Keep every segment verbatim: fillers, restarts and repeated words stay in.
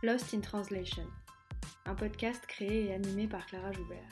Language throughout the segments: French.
Lost in Translation, un podcast créé et animé par Clara Joubert.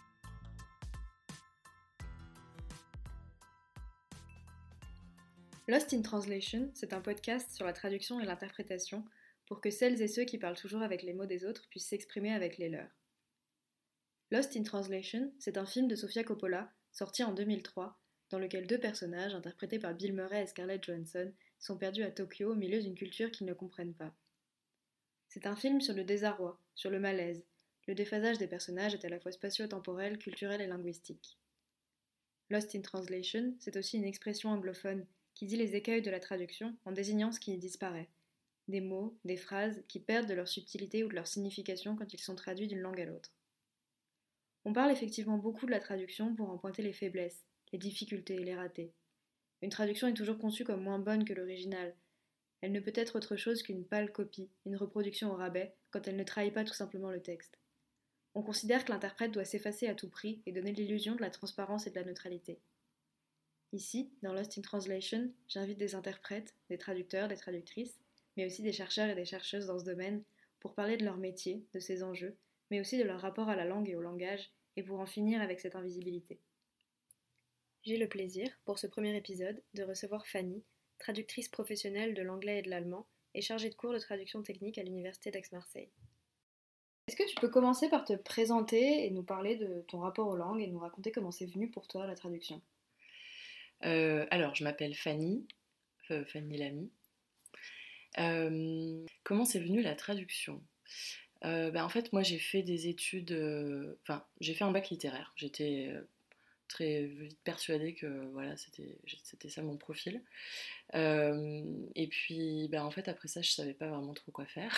Lost in Translation, c'est un podcast sur la traduction et l'interprétation pour que celles et ceux qui parlent toujours avec les mots des autres puissent s'exprimer avec les leurs. Lost in Translation, c'est un film de Sofia Coppola, sorti en deux mille trois, dans lequel deux personnages, interprétés par Bill Murray et Scarlett Johansson, sont perdus à Tokyo au milieu d'une culture qu'ils ne comprennent pas. C'est un film sur le désarroi, sur le malaise. Le déphasage des personnages est à la fois spatio-temporel, culturel et linguistique. Lost in Translation, c'est aussi une expression anglophone qui dit les écueils de la traduction en désignant ce qui y disparaît. Des mots, des phrases qui perdent de leur subtilité ou de leur signification quand ils sont traduits d'une langue à l'autre. On parle effectivement beaucoup de la traduction pour en pointer les faiblesses, les difficultés et les ratés. Une traduction est toujours conçue comme moins bonne que l'original. Elle ne peut être autre chose qu'une pâle copie, une reproduction au rabais, quand elle ne trahit pas tout simplement le texte. On considère que l'interprète doit s'effacer à tout prix et donner l'illusion de la transparence et de la neutralité. Ici, dans Lost in Translation, j'invite des interprètes, des traducteurs, des traductrices, mais aussi des chercheurs et des chercheuses dans ce domaine, pour parler de leur métier, de ses enjeux, mais aussi de leur rapport à la langue et au langage, et pour en finir avec cette invisibilité. J'ai le plaisir, pour ce premier épisode, de recevoir Fanny, traductrice professionnelle de l'anglais et de l'allemand, et chargée de cours de traduction technique à l'université d'Aix-Marseille. Est-ce que tu peux commencer par te présenter et nous parler de ton rapport aux langues et nous raconter comment c'est venu pour toi la traduction ? Euh, alors, je m'appelle Fanny, euh, Fanny Lamy. Euh, comment c'est venu la traduction ? euh, ben, En fait, moi, j'ai fait des études... Enfin, euh, j'ai fait un bac littéraire. J'étais euh, très vite persuadée que voilà, c'était, c'était ça mon profil. Euh, et puis, ben, en fait, après ça, je savais pas vraiment trop quoi faire.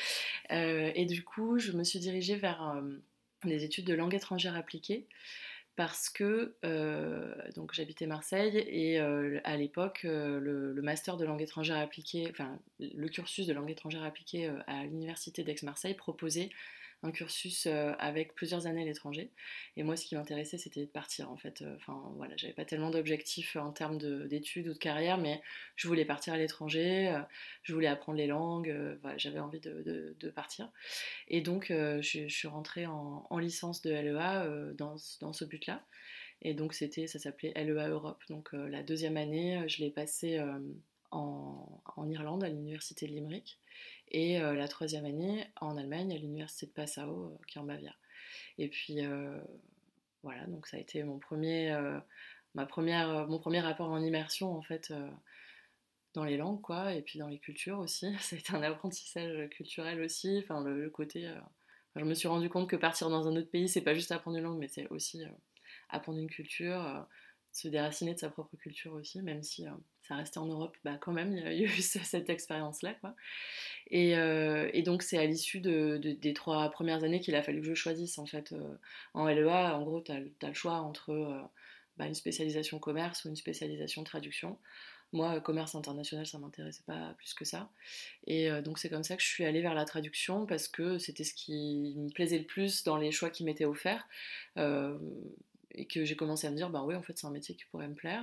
euh, et du coup, je me suis dirigée vers euh, des études de langue étrangère appliquée. Parce que euh, donc j'habitais Marseille et euh, à l'époque euh, le, le master de langue étrangère appliquée, enfin le cursus de langue étrangère appliquée euh, à l'université d'Aix-Marseille proposait un cursus euh, avec plusieurs années à l'étranger. Et moi, ce qui m'intéressait, c'était de partir en fait. Enfin euh, voilà, j'avais pas tellement d'objectifs en termes de, d'études ou de carrière, mais je voulais partir à l'étranger, euh, je voulais apprendre les langues, euh, voilà, j'avais envie de, de, de partir. Et donc, euh, je, je suis rentrée en, en licence de L E A euh, dans, dans ce but-là. Et donc, c'était, ça s'appelait L E A Europe. Donc, euh, la deuxième année, je l'ai passée euh, en, en Irlande, à l'université de Limerick. Et euh, la troisième année, en Allemagne, à l'université de Passau, euh, qui est en Bavière. Et puis, euh, voilà, donc ça a été mon premier, euh, ma première, mon premier rapport en immersion, en fait, euh, dans les langues, quoi, et puis dans les cultures aussi. Ça a été un apprentissage culturel aussi, enfin le, le côté... Euh, je me suis rendu compte que partir dans un autre pays, c'est pas juste apprendre une langue, mais c'est aussi euh, apprendre une culture, euh, se déraciner de sa propre culture aussi, même si euh, ça restait en Europe, bah quand même, il y a eu cette expérience-là, quoi. Et, euh, et donc c'est à l'issue de, de, des trois premières années qu'il a fallu que je choisisse, en fait. Euh, en L E A, en gros, t'as, t'as le choix entre euh, bah, une spécialisation commerce ou une spécialisation traduction. Moi, commerce international, ça m'intéressait pas plus que ça. Et euh, donc c'est comme ça que je suis allée vers la traduction, parce que c'était ce qui me plaisait le plus dans les choix qui m'étaient offerts. Euh, et que j'ai commencé à me dire, bah oui, en fait, c'est un métier qui pourrait me plaire.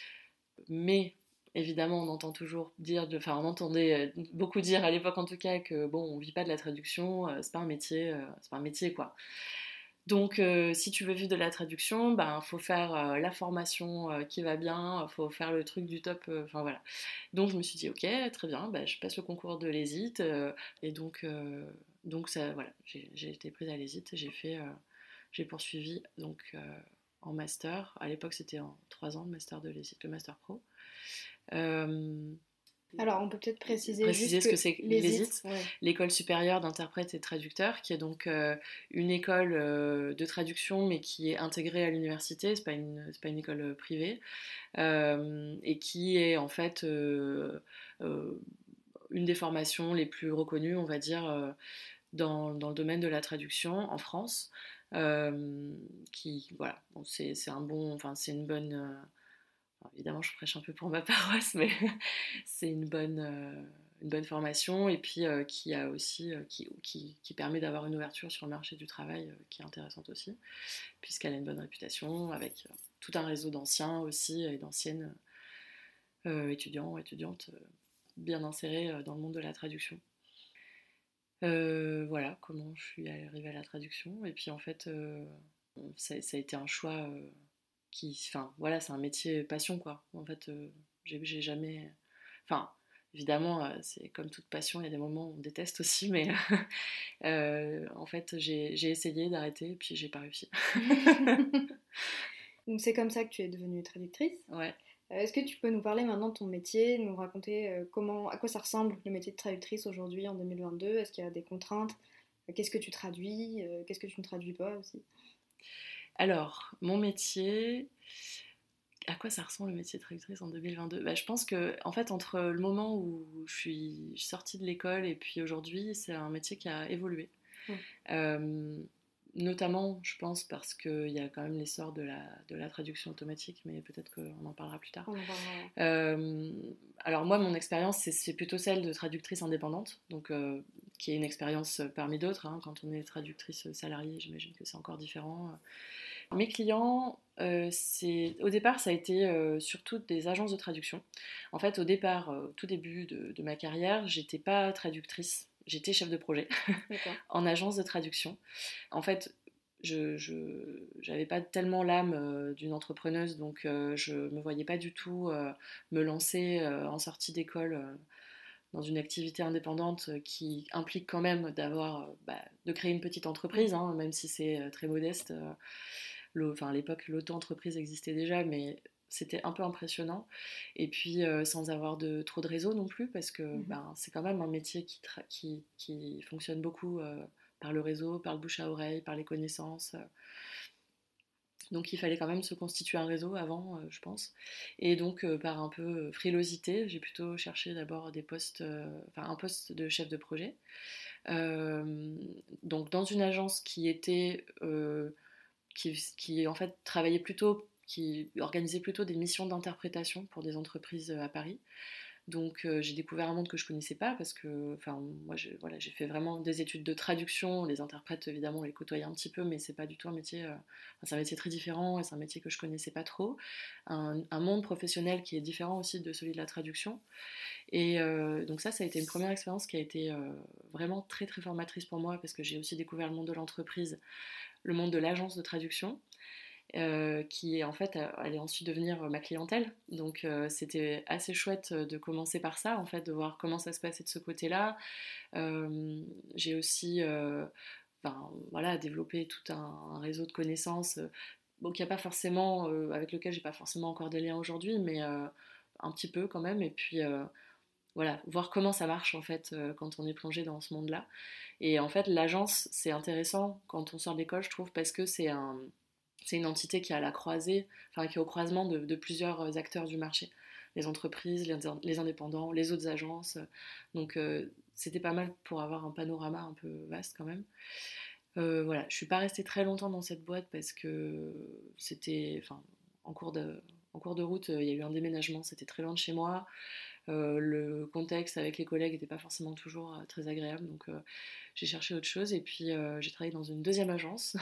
Mais évidemment, on entend toujours dire, enfin, on entendait beaucoup dire à l'époque en tout cas que bon, on vit pas de la traduction, euh, c'est pas un métier, euh, c'est pas un métier quoi. Donc, euh, si tu veux vivre de la traduction, ben, faut faire euh, la formation euh, qui va bien, faut faire le truc du top, enfin euh, voilà. Donc, je me suis dit, ok, très bien, ben, je passe le concours de l'E S I T, euh, et donc, euh, donc ça, voilà, j'ai, j'ai été prise à l'E S I T, j'ai fait, euh, j'ai poursuivi donc euh, en master. À l'époque, c'était en trois ans le master de l'E S I T, le master pro. Euh, Alors, on peut peut-être préciser, préciser juste ce que, que c'est l'E S I T, ouais. L'école supérieure d'interprètes et de traducteurs, qui est donc euh, une école euh, de traduction, mais qui est intégrée à l'université, c'est pas une, c'est pas une école privée, euh, et qui est en fait euh, euh, une des formations les plus reconnues, on va dire, euh, dans, dans le domaine de la traduction en France. Euh, qui, voilà, bon, c'est, c'est un bon, enfin, c'est une bonne... Euh, évidemment, je prêche un peu pour ma paroisse, mais c'est une bonne, euh, une bonne formation, et puis euh, qui a aussi euh, qui, qui, qui permet d'avoir une ouverture sur le marché du travail euh, qui est intéressante aussi, puisqu'elle a une bonne réputation, avec euh, tout un réseau d'anciens aussi et d'anciennes euh, étudiants, étudiantes euh, bien insérés euh, dans le monde de la traduction. Euh, voilà comment je suis arrivée à la traduction. Et puis en fait, euh, ça, ça a été un choix euh, qui, enfin voilà, c'est un métier passion quoi. En fait, euh, j'ai, j'ai jamais, enfin évidemment, euh, c'est comme toute passion, il y a des moments où on déteste aussi, mais euh, en fait, j'ai, j'ai essayé d'arrêter et puis j'ai pas réussi. Donc c'est comme ça que tu es devenue traductrice. Ouais. Euh, Est-ce que tu peux nous parler maintenant de ton métier, nous raconter euh, comment, à quoi ça ressemble le métier de traductrice aujourd'hui en deux mille vingt-deux? Est-ce qu'il y a des contraintes? Euh, Qu'est-ce que tu traduis? Euh, Qu'est-ce que tu ne traduis pas aussi? Alors, mon métier, à quoi ça ressemble le métier de traductrice en deux mille vingt-deux? Bah, je pense que, en fait, entre le moment où je suis sortie de l'école et puis aujourd'hui, c'est un métier qui a évolué. Ouais. Euh, Notamment, je pense, parce qu'il y a quand même l'essor de la, de la traduction automatique, mais peut-être qu'on en parlera plus tard. On en parlera. Ouais. Euh, alors moi, mon expérience, c'est, c'est plutôt celle de traductrice indépendante, donc euh, qui est une expérience parmi d'autres. Hein. Quand on est traductrice salariée, j'imagine que c'est encore différent. Mes clients, euh, c'est... au départ, ça a été euh, surtout des agences de traduction. En fait, au départ, euh, au tout début de, de ma carrière, j'étais pas traductrice, j'étais chef de projet en agence de traduction. En fait, je, je j'avais pas tellement l'âme euh, d'une entrepreneuse, donc euh, je me voyais pas du tout euh, me lancer euh, en sortie d'école euh, dans une activité indépendante euh, qui implique quand même d'avoir, euh, bah, de créer une petite entreprise, hein, même si c'est euh, très modeste. Euh, le, enfin, à l'époque, l'auto-entreprise existait déjà, mais c'était un peu impressionnant. Et puis, euh, sans avoir de, trop de réseau non plus, parce que Mm-hmm. ben, c'est quand même un métier qui, tra- qui, qui fonctionne beaucoup euh, par le réseau, par le bouche à oreille, par les connaissances. Donc il fallait quand même se constituer un réseau avant, euh, je pense. Et donc euh, par un peu euh, frilosité, j'ai plutôt cherché d'abord des postes, euh, enfin un poste de chef de projet. Euh, donc dans une agence qui était, euh, qui, qui en fait travaillait plutôt, qui organisait plutôt des missions d'interprétation pour des entreprises euh, à Paris. Donc euh, j'ai découvert un monde que je connaissais pas parce que, enfin, moi, j'ai, voilà, j'ai fait vraiment des études de traduction. Les interprètes, évidemment, on les côtoyait un petit peu, mais c'est pas du tout un métier. Euh, enfin, c'est un métier très différent et c'est un métier que je connaissais pas trop. Un, un monde professionnel qui est différent aussi de celui de la traduction. Et euh, donc ça, ça a été une première expérience qui a été euh, vraiment très très formatrice pour moi parce que j'ai aussi découvert le monde de l'entreprise, le monde de l'agence de traduction euh, qui est en fait allait ensuite devenir ma clientèle. Donc euh, c'était assez chouette de commencer par ça, en fait, de voir comment ça se passait de ce côté-là. Euh, j'ai aussi euh, ben, voilà, développé tout un, un réseau de connaissances. Euh, bon, qu'il y a pas forcément, euh, avec lequel j'ai pas forcément encore des liens aujourd'hui, mais euh, un petit peu quand même. Et puis euh, voilà, voir comment ça marche en fait euh, quand on est plongé dans ce monde-là. Et en fait, l'agence, c'est intéressant quand on sort d'école, je trouve, parce que c'est un, c'est une entité qui est à la croisée, enfin qui est au croisement de, de plusieurs acteurs du marché, les entreprises, les, les indépendants, les autres agences. Donc euh, c'était pas mal pour avoir un panorama un peu vaste quand même. Euh, voilà, je suis pas restée très longtemps dans cette boîte parce que c'était, enfin, en cours de, en cours de route, il y a eu un déménagement, c'était très loin de chez moi. Euh, le contexte avec les collègues n'était pas forcément toujours euh, très agréable, donc euh, j'ai cherché autre chose et puis euh, j'ai travaillé dans une deuxième agence,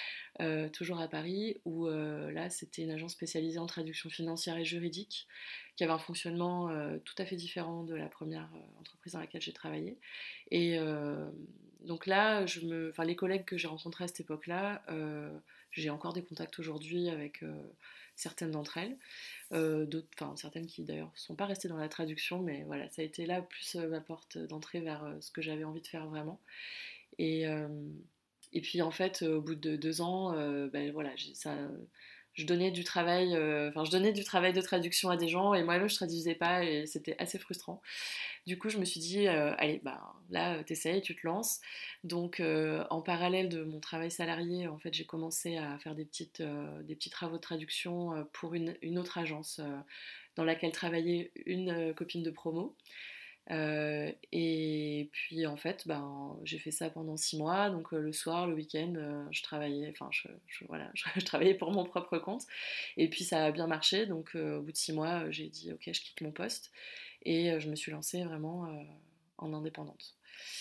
euh, toujours à Paris, où euh, là c'était une agence spécialisée en traduction financière et juridique, qui avait un fonctionnement euh, tout à fait différent de la première euh, entreprise dans laquelle j'ai travaillé. Et euh, donc là, je me, enfin, les collègues que j'ai rencontrés à cette époque-là, euh, j'ai encore des contacts aujourd'hui avec euh, certaines d'entre elles. Euh, d'autres, enfin, certaines qui d'ailleurs ne sont pas restées dans la traduction, mais voilà, ça a été là plus euh, ma porte d'entrée vers euh, ce que j'avais envie de faire vraiment. Et, euh, et puis en fait, euh, au bout de deux ans, euh, ben voilà, j'ai- ça, je donnais du travail, euh, enfin je donnais du travail de traduction à des gens et moi-même je traduisais pas et c'était assez frustrant. Du coup, je me suis dit, euh, allez, bah là, t'essayes, tu te lances. Donc, euh, en parallèle de mon travail salarié, en fait, j'ai commencé à faire des petites, euh, des petits travaux de traduction euh, pour une, une autre agence euh, dans laquelle travaillait une euh, copine de promo. Euh, et puis en fait, ben, j'ai fait ça pendant six mois. Donc euh, le soir, le week-end, euh, je travaillais, enfin je, je- voilà, je, je travaillais pour mon propre compte. Et puis ça a bien marché. Donc euh, au bout de six mois, euh, j'ai dit ok, je quitte mon poste et euh, je me suis lancée vraiment euh, en indépendante.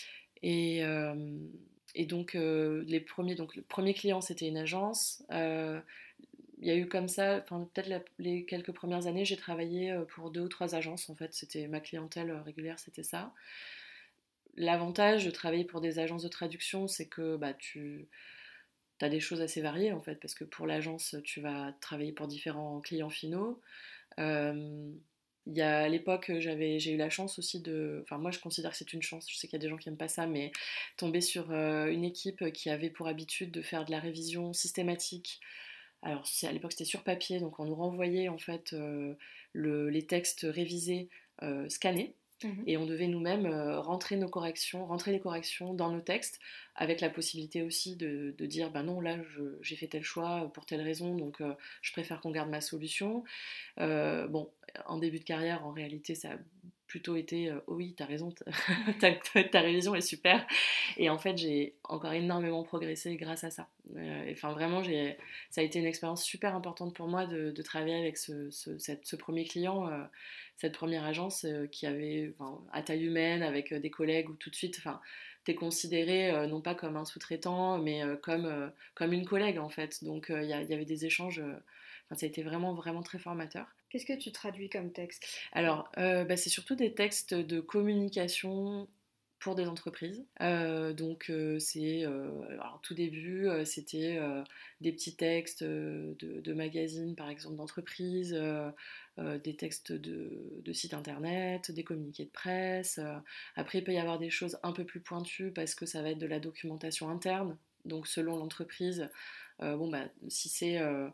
Et, euh, et donc euh, les premiers, donc le premier client c'était une agence. Euh, il y a eu comme ça, enfin peut-être la- les quelques premières années, j'ai travaillé euh, pour deux ou trois agences en fait. C'était ma clientèle euh, régulière, c'était ça. l'avantage de travailler pour des agences de traduction, c'est que bah, tu as des choses assez variées en fait, parce que pour l'agence, tu vas travailler pour différents clients finaux. Euh, il y a, à l'époque, j'avais, j'ai eu la chance aussi de... Enfin, moi, je considère que c'est une chance. Je sais qu'il y a des gens qui n'aiment pas ça, mais tomber sur euh, une équipe qui avait pour habitude de faire de la révision systématique. Alors, à l'époque, c'était sur papier, donc on nous renvoyait en fait euh, le, les textes révisés, euh, scannés. Mmh. Et on devait nous-mêmes euh, rentrer nos corrections, rentrer les corrections dans nos textes, avec la possibilité aussi de, de dire, ben non, là, je, j'ai fait tel choix pour telle raison, donc euh, je préfère qu'on garde ma solution. Euh, bon, en début de carrière, en réalité, ça a plutôt été euh, oh oui, t'as raison, ta, ta, ta révision est super. Et en fait, j'ai encore énormément progressé grâce à ça. Euh, enfin, vraiment, j'ai, ça a été une expérience super importante pour moi de, de travailler avec ce, ce, cette, ce premier client, euh, cette première agence euh, qui avait, enfin, à taille humaine, avec euh, des collègues où tout de suite, enfin, t'es considéré euh, non pas comme un sous-traitant, mais euh, comme, euh, comme une collègue en fait. Donc, il euh, y, y avait des échanges. Euh, Enfin, ça a été vraiment, vraiment très formateur. Qu'est-ce que tu traduis comme texte ? Alors, euh, bah, c'est surtout des textes de communication pour des entreprises. Euh, donc, euh, c'est, euh, alors, tout début, euh, c'était euh, des petits textes de, de magazines, par exemple, d'entreprises, euh, euh, des textes de, de sites internet, des communiqués de presse. Euh. Après, il peut y avoir des choses un peu plus pointues parce que ça va être de la documentation interne. Donc, selon l'entreprise, euh, bon, bah, si c'est... Euh,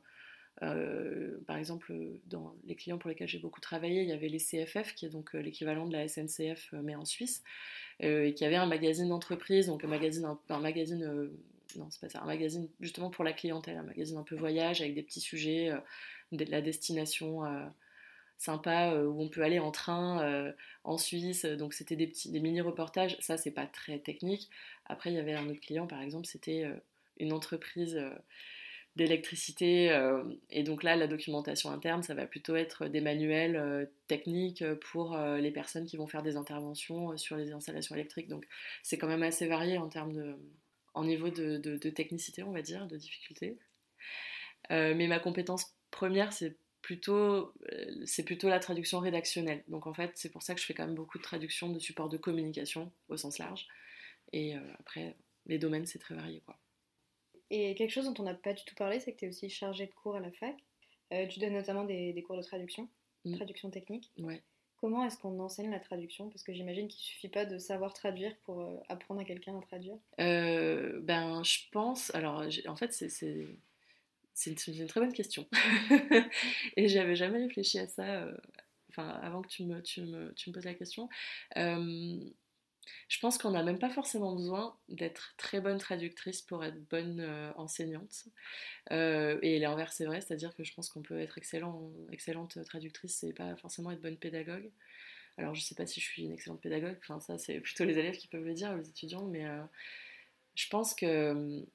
Euh, par exemple, dans les clients pour lesquels j'ai beaucoup travaillé, il y avait les C F F, qui est donc l'équivalent de la S N C F, mais en Suisse, euh, et qui avait un magazine d'entreprise, donc un magazine, un, un magazine euh, non, c'est pas ça, un magazine justement pour la clientèle, un magazine un peu voyage, avec des petits sujets, euh, de la destination euh, sympa, euh, où on peut aller en train euh, en Suisse, donc c'était des, petits, des mini-reportages, ça c'est pas très technique. Après, il y avait un autre client, par exemple, c'était euh, une entreprise... Euh, d'électricité. Euh, et donc là, la documentation interne, ça va plutôt être des manuels euh, techniques pour euh, les personnes qui vont faire des interventions sur les installations électriques. Donc c'est quand même assez varié en termes de, en niveau de, de, de technicité, on va dire, de difficulté. Euh, mais ma compétence première, c'est plutôt, c'est plutôt la traduction rédactionnelle. Donc en fait, c'est pour ça que je fais quand même beaucoup de traduction de supports de communication au sens large. Et euh, après, les domaines, c'est très varié, quoi. Et quelque chose dont on n'a pas du tout parlé, c'est que tu es aussi chargée de cours à la fac. Euh, tu donnes notamment des, des cours de traduction, mmh. traduction technique. Ouais. Comment est-ce qu'on enseigne la traduction ? Parce que j'imagine qu'il ne suffit pas de savoir traduire pour euh, apprendre à quelqu'un à traduire. Euh, ben, je pense... Alors, en fait, c'est, c'est, c'est, une, c'est une très bonne question. Et j'avais jamais réfléchi à ça, euh, enfin, avant que tu me, tu me, tu me poses la question. Euh, je pense qu'on n'a même pas forcément besoin d'être très bonne traductrice pour être bonne euh, enseignante. Euh, et l'inverse, c'est vrai, c'est-à-dire que je pense qu'on peut être excellent, excellente traductrice et pas forcément être bonne pédagogue. Alors, je sais pas si je suis une excellente pédagogue, enfin, ça, c'est plutôt les élèves qui peuvent le dire, les étudiants, mais euh, je pense que...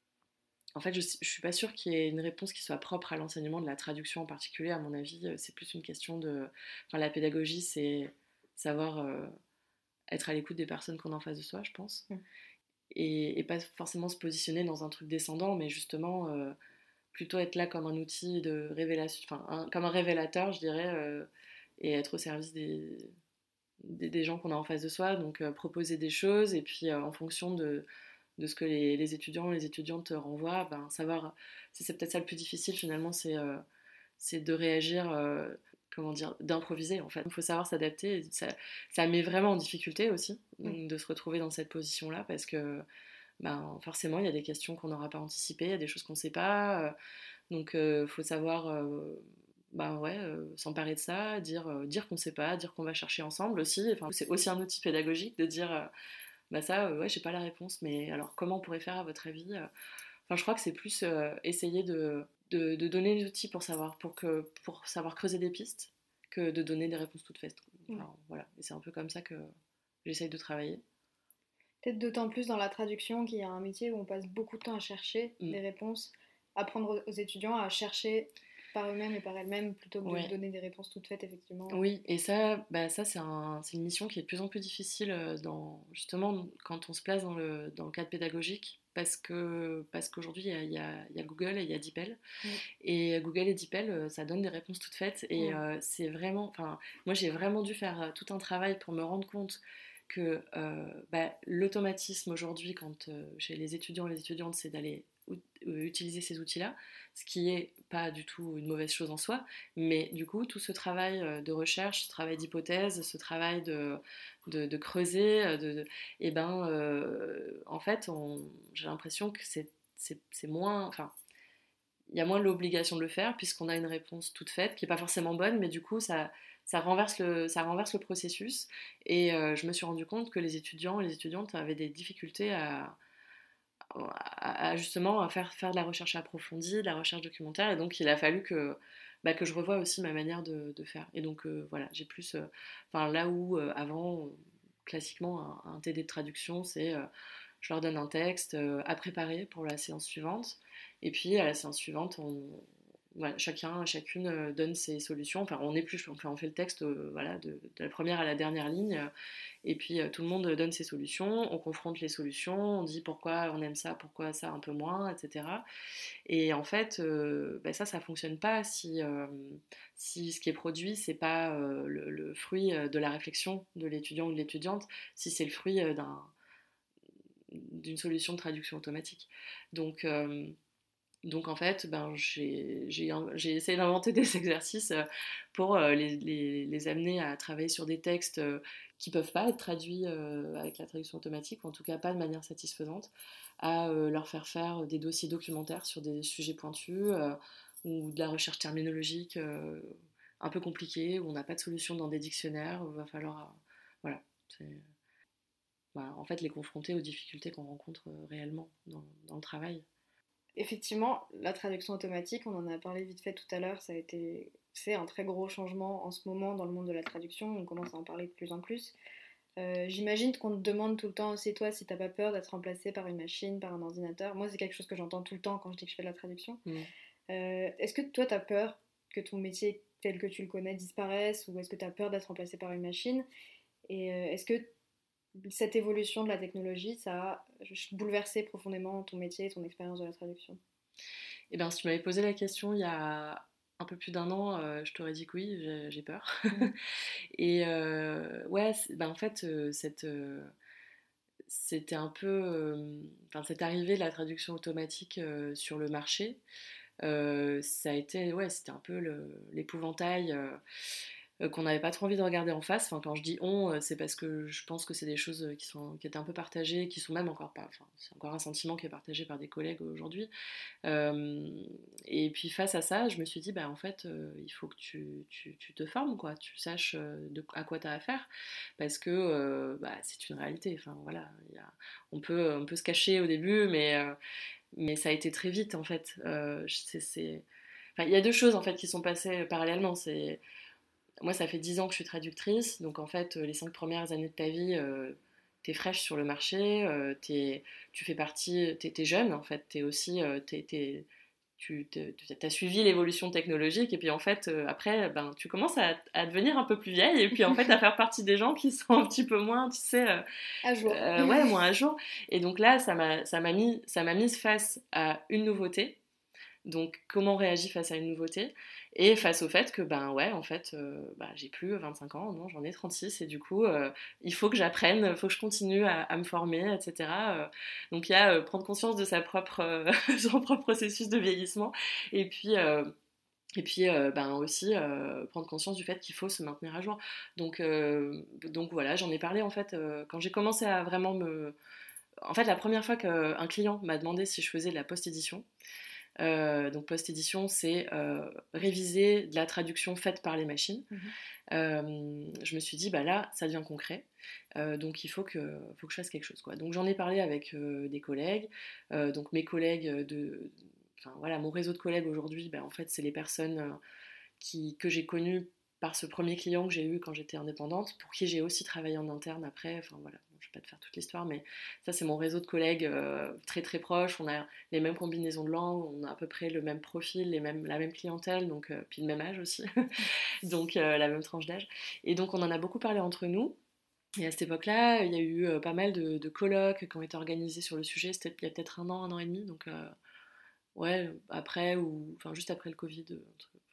En fait, je ne suis pas sûre qu'il y ait une réponse qui soit propre à l'enseignement de la traduction en particulier. À mon avis, c'est plus une question de... Enfin, la pédagogie, c'est savoir euh, être à l'écoute des personnes qu'on a en face de soi, je pense. Mmh. Et, et pas forcément se positionner dans un truc descendant, mais justement euh, plutôt être là comme un outil de révélation, enfin, un, comme un révélateur, je dirais, euh, et être au service des, des, des gens qu'on a en face de soi. Donc, euh, proposer des choses, et puis euh, en fonction de... de ce que les, les étudiants ou les étudiantes renvoient, ben, savoir, c'est, c'est peut-être ça le plus difficile finalement, c'est, euh, c'est de réagir, euh, comment dire, d'improviser en fait. Il faut savoir s'adapter, ça, ça met vraiment en difficulté aussi oui. de se retrouver dans cette position-là parce que ben, forcément il y a des questions qu'on n'aura pas anticipées, il y a des choses qu'on ne sait pas, euh, donc il euh, faut savoir... Euh, bah ouais, euh, s'emparer de ça, dire, euh, dire qu'on ne sait pas, dire qu'on va chercher ensemble aussi. Enfin, c'est aussi un outil pédagogique de dire... Euh, bah ça, euh, ouais, j'ai pas la réponse, mais alors comment on pourrait faire à votre avis ? Enfin, je crois que c'est plus euh, essayer de, de, de donner les outils pour savoir, pour que, pour savoir creuser des pistes que de donner des réponses toutes faites. Enfin, mmh. Voilà, et c'est un peu comme ça que j'essaye de travailler. Peut-être d'autant plus dans la traduction qu'il y a un métier où on passe beaucoup de temps à chercher mmh. des réponses, apprendre aux étudiants à chercher par eux-mêmes et par elles-mêmes plutôt que ouais. de donner des réponses toutes faites effectivement. Oui, et ça, bah, ça c'est, un, c'est une mission qui est de plus en plus difficile dans, justement quand on se place dans le, dans le cadre pédagogique parce, que, parce qu'aujourd'hui il y a, y, a, y a Google et il y a DeepL oui. et Google et DeepL ça donne des réponses toutes faites et oui. euh, c'est vraiment, enfin moi j'ai vraiment dû faire tout un travail pour me rendre compte que euh, bah, l'automatisme aujourd'hui, quand euh, chez les étudiants et les étudiantes, c'est d'aller ou- euh, utiliser ces outils-là, ce qui est pas du tout une mauvaise chose en soi, mais du coup, tout ce travail euh, de recherche, ce travail d'hypothèse, ce travail de, de, de creuser, euh, de, de- et ben, euh, en fait, on- j'ai l'impression que c'est, c'est, c'est moins, enfin, il y a moins l'obligation de le faire puisqu'on a une réponse toute faite qui n'est pas forcément bonne, mais du coup ça, ça, renverse, le, ça renverse le processus. Et euh, je me suis rendu compte que les étudiants et les étudiantes avaient des difficultés à, à, à justement à faire, faire de la recherche approfondie, de la recherche documentaire, et donc il a fallu que, bah, que je revoie aussi ma manière de, de faire. Et donc euh, voilà, j'ai plus, euh, enfin là où euh, avant, classiquement, un, un T D de traduction, c'est euh, je leur donne un texte euh, à préparer pour la séance suivante. Et puis à la séance suivante, on, voilà, chacun, chacune euh, donne ses solutions. Enfin, on épluche, enfin, on fait le texte euh, voilà, de, de la première à la dernière ligne. Euh, et puis euh, tout le monde donne ses solutions, on confronte les solutions, on dit pourquoi on aime ça, pourquoi ça un peu moins, et cetera. Et en fait, euh, bah, ça, ça fonctionne pas si, euh, si ce qui est produit, c'est pas euh, le, le fruit de la réflexion de l'étudiant ou de l'étudiante, si c'est le fruit euh, d'un d'une solution de traduction automatique. Donc, euh, donc en fait, ben, j'ai, j'ai, j'ai essayé d'inventer des exercices pour euh, les, les, les amener à travailler sur des textes euh, qui ne peuvent pas être traduits euh, avec la traduction automatique, ou en tout cas pas de manière satisfaisante, à euh, leur faire faire des dossiers documentaires sur des sujets pointus euh, ou de la recherche terminologique euh, un peu compliquée, où on n'a pas de solution dans des dictionnaires, où il va falloir... Euh, voilà, c'est... Bah, en fait, les confronter aux difficultés qu'on rencontre euh, réellement dans, dans le travail. Effectivement, la traduction automatique, on en a parlé vite fait tout à l'heure, ça a été, c'est un très gros changement en ce moment dans le monde de la traduction, on commence à en parler de plus en plus. Euh, j'imagine qu'on te demande tout le temps aussi, toi, si t'as pas peur d'être remplacé par une machine, par un ordinateur. Moi, c'est quelque chose que j'entends tout le temps quand je dis que je fais de la traduction. Mm. Euh, est-ce que toi, t'as peur que ton métier tel que tu le connais disparaisse, ou est-ce que t'as peur d'être remplacé par une machine? Et euh, est-ce que cette évolution de la technologie, ça a bouleversé profondément ton métier et ton expérience de la traduction? Eh bien, si tu m'avais posé la question il y a un peu plus d'un an, euh, je t'aurais dit que oui, j'ai, j'ai peur. Mhm. Et euh, ouais, ben en fait, euh, cette, euh, c'était un peu, euh, enfin, cette arrivée de la traduction automatique euh, sur le marché, euh, ça a été, ouais, c'était un peu le, l'épouvantail. Euh, euh, qu'on n'avait pas trop envie de regarder en face. Enfin, quand je dis on, euh, c'est parce que je pense que c'est des choses qui, sont, qui étaient un peu partagées, qui sont même encore pas. Enfin, c'est encore un sentiment qui est partagé par des collègues aujourd'hui. Euh, et puis face à ça, je me suis dit, bah en fait, euh, il faut que tu, tu, tu te formes, quoi, tu saches euh, de, à quoi tu as affaire, parce que euh, bah, c'est une réalité. Enfin voilà, y a, on, peut, on peut se cacher au début, mais, euh, mais ça a été très vite en fait. Euh, c'est, c'est... Enfin, il y a deux choses en fait qui sont passées parallèlement. C'est moi, ça fait dix ans que je suis traductrice, donc en fait, les cinq premières années de ta vie, euh, t'es fraîche sur le marché, euh, t'es, tu fais partie, t'es, t'es jeune en fait, t'es aussi, euh, t'es, t'es, tu as suivi l'évolution technologique, et puis en fait, euh, après, ben, tu commences à, à, devenir un peu plus vieille, et puis en fait, à faire partie des gens qui sont un petit peu moins, tu sais, euh, À jour. euh, ouais, moins à jour. Et donc là, ça m'a, ça m'a mis, ça m'a mise face à une nouveauté. Donc, comment on réagit face à une nouveauté et face au fait que, ben ouais, en fait, euh, bah, j'ai plus vingt-cinq ans, non, j'en ai trente-six et du coup, euh, il faut que j'apprenne, il faut que je continue à, à me former, et cetera. Euh, donc, il y a euh, prendre conscience de sa propre, euh, son propre processus de vieillissement et puis, euh, et puis euh, ben aussi euh, prendre conscience du fait qu'il faut se maintenir à jour. Donc, euh, donc voilà, j'en ai parlé en fait euh, quand j'ai commencé à vraiment me. En fait, la première fois qu'un client m'a demandé si je faisais de la post-édition, euh, donc post-édition, c'est euh, réviser de la traduction faite par les machines. Mhm. Euh, je me suis dit, bah là, ça devient concret, euh, donc il faut que, faut que je fasse quelque chose, quoi. Donc j'en ai parlé avec euh, des collègues, euh, donc mes collègues de, enfin voilà, mon réseau de collègues aujourd'hui, bah, en fait, c'est les personnes euh, qui, que j'ai connues par ce premier client que j'ai eu quand j'étais indépendante, pour qui j'ai aussi travaillé en interne après, enfin voilà, je ne vais pas te faire toute l'histoire, mais ça c'est mon réseau de collègues euh, très très proches, on a les mêmes combinaisons de langues, on a à peu près le même profil, les mêmes, la même clientèle, donc, euh, puis le même âge aussi, donc euh, la même tranche d'âge, et donc on en a beaucoup parlé entre nous. Et à cette époque-là, il y a eu euh, pas mal de, de colloques qui ont été organisés sur le sujet, c'était il y a peut-être un an, un an et demi, donc euh, ouais, après, ou enfin juste après le Covid, enfin,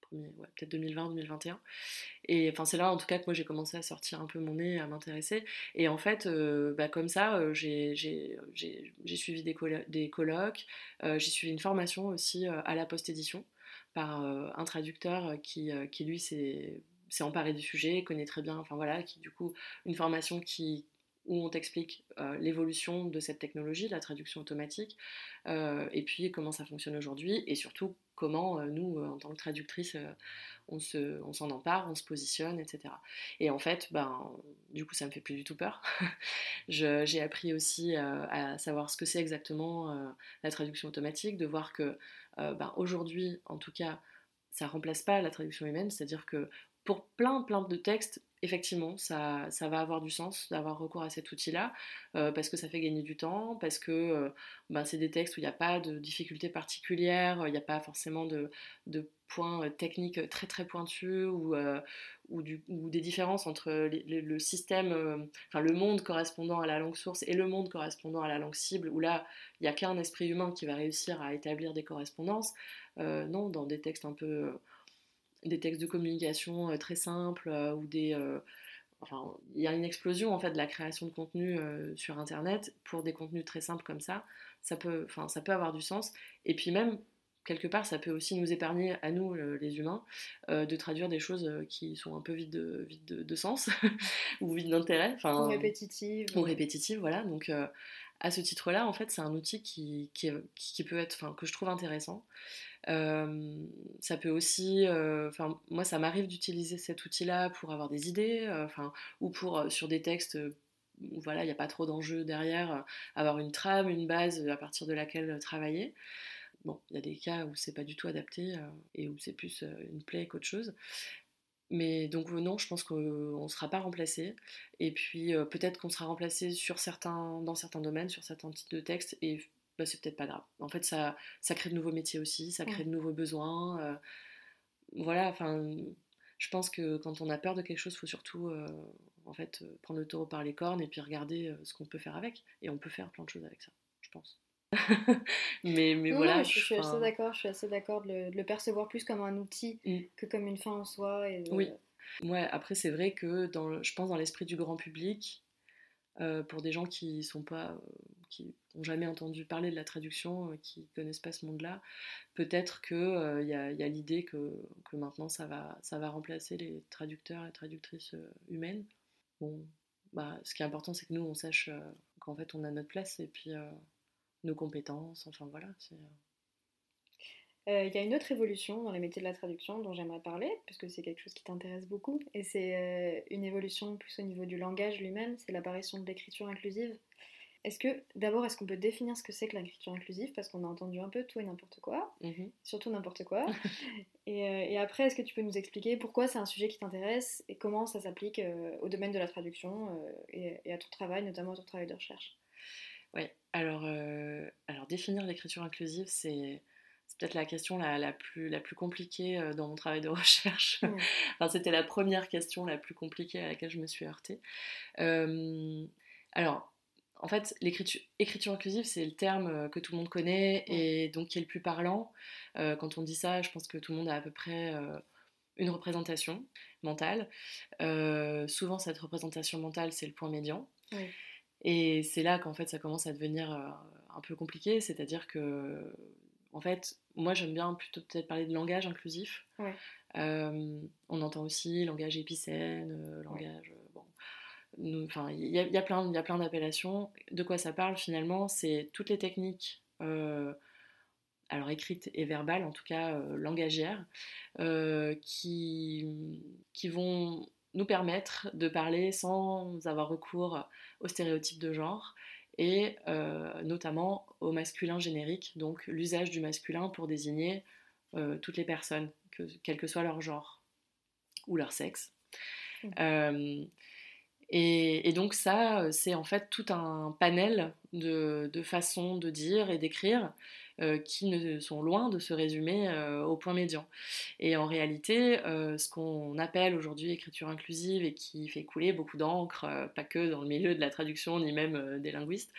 premier, ouais, peut-être deux mille vingt, deux mille vingt et un. Et enfin, c'est là en tout cas que moi j'ai commencé à sortir un peu mon nez, à m'intéresser. Et en fait, euh, bah, comme ça, euh, j'ai, j'ai, j'ai, j'ai suivi des, collo- des colloques, euh, j'ai suivi une formation aussi euh, à la post-édition par euh, un traducteur qui, euh, qui lui s'est, s'est emparé du sujet, connaît très bien, enfin voilà, qui du coup, une formation qui où on t'explique euh, l'évolution de cette technologie, la traduction automatique, euh, et puis comment ça fonctionne aujourd'hui, et surtout comment euh, nous, euh, en tant que traductrices, euh, on, se, on s'en empare, on se positionne, et cetera. Et en fait, ben, du coup, ça me fait plus du tout peur. Je, j'ai appris aussi euh, à savoir ce que c'est exactement euh, la traduction automatique, de voir que euh, ben, aujourd'hui, en tout cas, ça remplace pas la traduction humaine, c'est-à-dire que pour plein plein de textes, effectivement, ça, ça va avoir du sens d'avoir recours à cet outil-là, euh, parce que ça fait gagner du temps, parce que euh, ben, c'est des textes où il n'y a pas de difficultés particulières, il n'y a pas forcément de, de points techniques très très pointus, ou, euh, ou, du, ou des différences entre les, les, le système, euh, enfin le monde correspondant à la langue source et le monde correspondant à la langue cible, où là, il n'y a qu'un esprit humain qui va réussir à établir des correspondances. Euh, non, dans des textes un peu des textes de communication euh, très simples euh, ou des euh, enfin il y a une explosion en fait de la création de contenu euh, sur internet pour des contenus très simples comme ça. Ça peut enfin ça peut avoir du sens, et puis même quelque part ça peut aussi nous épargner à nous le, les humains euh, de traduire des choses euh, qui sont un peu vides de, vides de, de sens ou vides d'intérêt, Ou enfin répétitive. ou répétitives, voilà. Donc euh, à ce titre-là, en fait, c'est un outil qui, qui, qui peut être, enfin, que je trouve intéressant. Euh, ça peut aussi, enfin, euh, moi, ça m'arrive d'utiliser cet outil-là pour avoir des idées, enfin, euh, ou pour euh, sur des textes euh, où voilà, il n'y a pas trop d'enjeux derrière, euh, avoir une trame, une base à partir de laquelle travailler. Bon, il y a des cas où c'est pas du tout adapté euh, et où c'est plus euh, une plaie qu'autre chose. Mais donc euh, non, je pense qu'on ne sera pas remplacé. Et puis euh, peut-être qu'on sera remplacé sur certains, dans certains domaines, sur certains types de textes, et bah, c'est peut-être pas grave. En fait, ça, ça crée de nouveaux métiers aussi, ça crée Ouais. de nouveaux besoins. Euh, voilà, enfin, je pense que quand on a peur de quelque chose, il faut surtout euh, en fait, euh, prendre le taureau par les cornes et puis regarder euh, ce qu'on peut faire avec. Et on peut faire plein de choses avec ça, je pense. mais, mais Non, non, voilà, mais je, suis je je, suis assez enfin, d'accord, je suis assez d'accord de le, de le percevoir plus comme un outil mm, que comme une fin en soi. Et de... oui. Ouais, après c'est vrai que dans, le- je pense dans l'esprit du grand public, euh, pour des gens qui sont pas, euh, qui n'ont jamais entendu parler de la traduction, euh, qui connaissent pas ce monde-là, peut-être que il euh, y a, y a l'idée que, que maintenant ça va, ça va remplacer les traducteurs et traductrices euh, humaines. Bon, bah, ce qui est important, c'est que nous on sache euh, qu'en fait on a notre place et puis euh, nos compétences. Enfin voilà. C'est, euh, Euh, Il y a une autre évolution dans les métiers de la traduction dont j'aimerais parler, puisque c'est quelque chose qui t'intéresse beaucoup, et c'est euh, une évolution plus au niveau du langage lui-même, c'est l'apparition de l'écriture inclusive. Est-ce que, d'abord, est-ce qu'on peut définir ce que c'est que l'écriture inclusive, parce qu'on a entendu un peu tout et n'importe quoi, mhm. surtout n'importe quoi, et, euh, et après, est-ce que tu peux nous expliquer pourquoi c'est un sujet qui t'intéresse et comment ça s'applique euh, au domaine de la traduction euh, et, et à ton travail, notamment à ton travail de recherche? Ouais, alors, euh, alors définir l'écriture inclusive, c'est, c'est peut-être la question la, la plus, la plus compliquée euh, dans mon travail de recherche. Ouais. Enfin, c'était la première question la plus compliquée à laquelle je me suis heurtée. Euh, alors, en fait, l'écriture écriture inclusive, c'est le terme euh, que tout le monde connaît Ouais. et donc qui est le plus parlant. Euh, quand on dit ça, je pense que tout le monde a à peu près euh, une représentation mentale. Euh, souvent, cette représentation mentale, c'est le point médian. Oui. Et c'est là qu'en fait ça commence à devenir euh, un peu compliqué, c'est-à-dire que, en fait, moi j'aime bien plutôt peut-être parler de langage inclusif. Ouais. Euh, on entend aussi langage épicène, euh, Ouais. langage. Euh, bon, nous- enfin, il y, a- il y a plein, il y a plein d'appellations. De quoi ça parle finalement? C'est toutes les techniques, euh, alors écrites et verbales, en tout cas euh, langagières, euh, qui, qui vont nous permettre de parler sans avoir recours aux stéréotypes de genre et euh, notamment au masculin générique, donc l'usage du masculin pour désigner euh, toutes les personnes, que, quel que soit leur genre ou leur sexe. Mm. Euh, et, et, donc ça, c'est en fait tout un panel de, de façons de dire et d'écrire euh, qui ne sont loin de se résumer euh, au point médian. Et en réalité, euh, ce qu'on appelle aujourd'hui écriture inclusive et qui fait couler beaucoup d'encre, euh, pas que dans le milieu de la traduction ni même euh, des linguistes,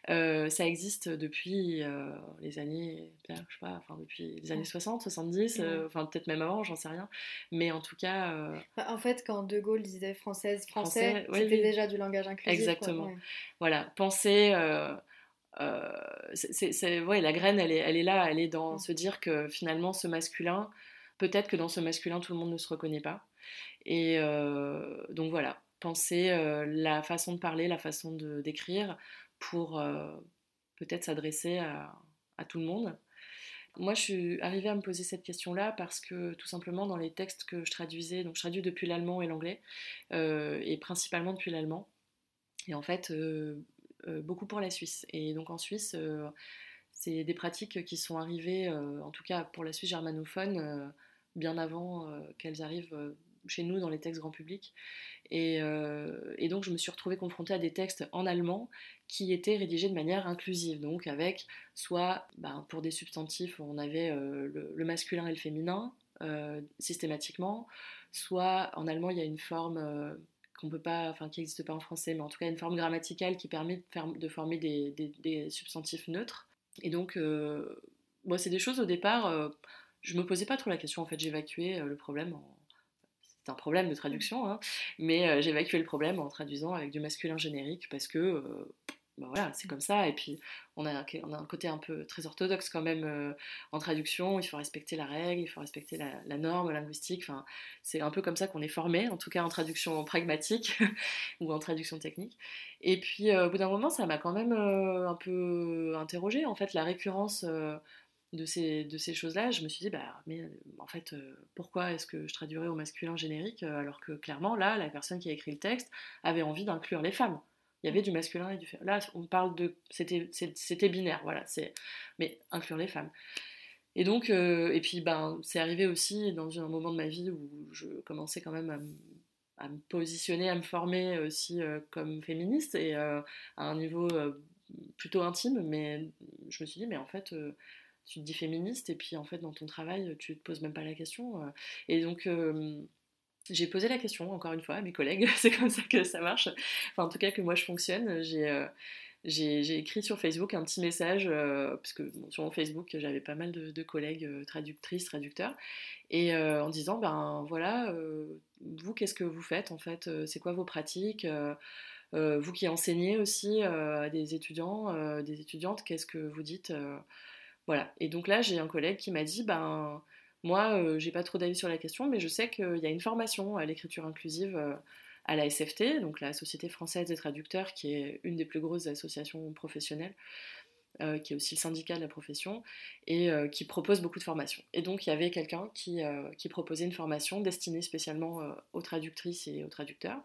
Euh, ça existe depuis euh, les années, je sais pas, enfin depuis les années soixante, soixante-dix, Ouais. euh, enfin peut-être même avant, j'en sais rien. Mais en tout cas, euh, Bah, en fait, quand De Gaulle disait française, français, français, oui, c'était oui, déjà du langage inclusif, quoi. exactement. Ouais. Voilà, penser. Euh, euh, c'est, c'est- c'est- ouais, la graine, elle est, elle est là, elle est dans Mm. se dire que finalement, ce masculin, peut-être que dans ce masculin, tout le monde ne se reconnaît pas. Et euh, donc voilà, penser euh, la façon de parler, la façon de, d'écrire pour euh, peut-être s'adresser à, à tout le monde. Moi, je suis arrivée à me poser cette question-là parce que tout simplement dans les textes que je traduisais, donc je traduis depuis l'allemand et l'anglais, euh, et principalement depuis l'allemand, et en fait euh, euh, beaucoup pour la Suisse. Et donc en Suisse, euh, c'est des pratiques qui sont arrivées, euh, en tout cas pour la Suisse germanophone, euh, bien avant euh, qu'elles arrivent euh, chez nous dans les textes grand public. Et, euh, et donc je me suis retrouvée confrontée à des textes en allemand qui étaient rédigés de manière inclusive, donc avec soit ben, pour des substantifs on avait euh, le, le masculin et le féminin euh, systématiquement, soit en allemand il y a une forme euh, qu'on peut pas, enfin qui n'existe pas en français, mais en tout cas une forme grammaticale qui permet de, faire, de former des, des, des, substantifs neutres. Et donc euh, bon, c'est des choses au départ, euh, je me posais pas trop la question, en fait j'évacuais euh, le problème en c'est un problème de traduction, hein, mais euh, j'ai évacué le problème en traduisant avec du masculin générique parce que euh, ben voilà, c'est comme ça. Et puis on a, un, on a un côté un peu très orthodoxe quand même euh, en traduction. Il faut respecter la règle, il faut respecter la, la norme linguistique. Enfin, c'est un peu comme ça qu'on est formé, en tout cas en traduction pragmatique ou en traduction technique. Et puis euh, au bout d'un moment, ça m'a quand même euh, un peu interrogée. En fait, la récurrence euh, de ces, de ces choses-là, je me suis dit, bah, mais euh, en fait, euh, pourquoi est-ce que je traduirais au masculin générique euh, alors que clairement, là, la personne qui a écrit le texte avait envie d'inclure les femmes. Il y avait du masculin et du féminin. Là, on parle de. C'était, c'était binaire, voilà. C'est, mais inclure les femmes. Et donc, euh, et puis, ben, c'est arrivé aussi dans un moment de ma vie où je commençais quand même à me, à me positionner, à me former aussi euh, comme féministe et euh, à un niveau euh, plutôt intime. Mais je me suis dit, mais en fait. Euh, tu te dis féministe et puis en fait dans ton travail tu te poses même pas la question euh. Et donc euh, j'ai posé la question encore une fois à mes collègues, c'est comme ça que ça marche, enfin en tout cas que moi je fonctionne. J'ai euh, j'ai, j'ai écrit sur Facebook un petit message euh, parce que bon, sur mon Facebook j'avais pas mal de, de collègues euh, traductrices, traducteurs et euh, en disant ben voilà euh, vous qu'est-ce que vous faites en fait, euh, c'est quoi vos pratiques, euh, euh, vous qui enseignez aussi euh, à des étudiants, euh, des étudiantes, qu'est-ce que vous dites euh, voilà. Et donc là, j'ai un collègue qui m'a dit, ben, moi, euh, j'ai pas trop d'avis sur la question, mais je sais qu'il y a une formation à l'écriture inclusive euh, à la S F T, donc la Société française des traducteurs, qui est une des plus grosses associations professionnelles, euh, qui est aussi le syndicat de la profession, et euh, qui propose beaucoup de formations. Et donc, il y avait quelqu'un qui, euh, qui proposait une formation destinée spécialement euh, aux traductrices et aux traducteurs,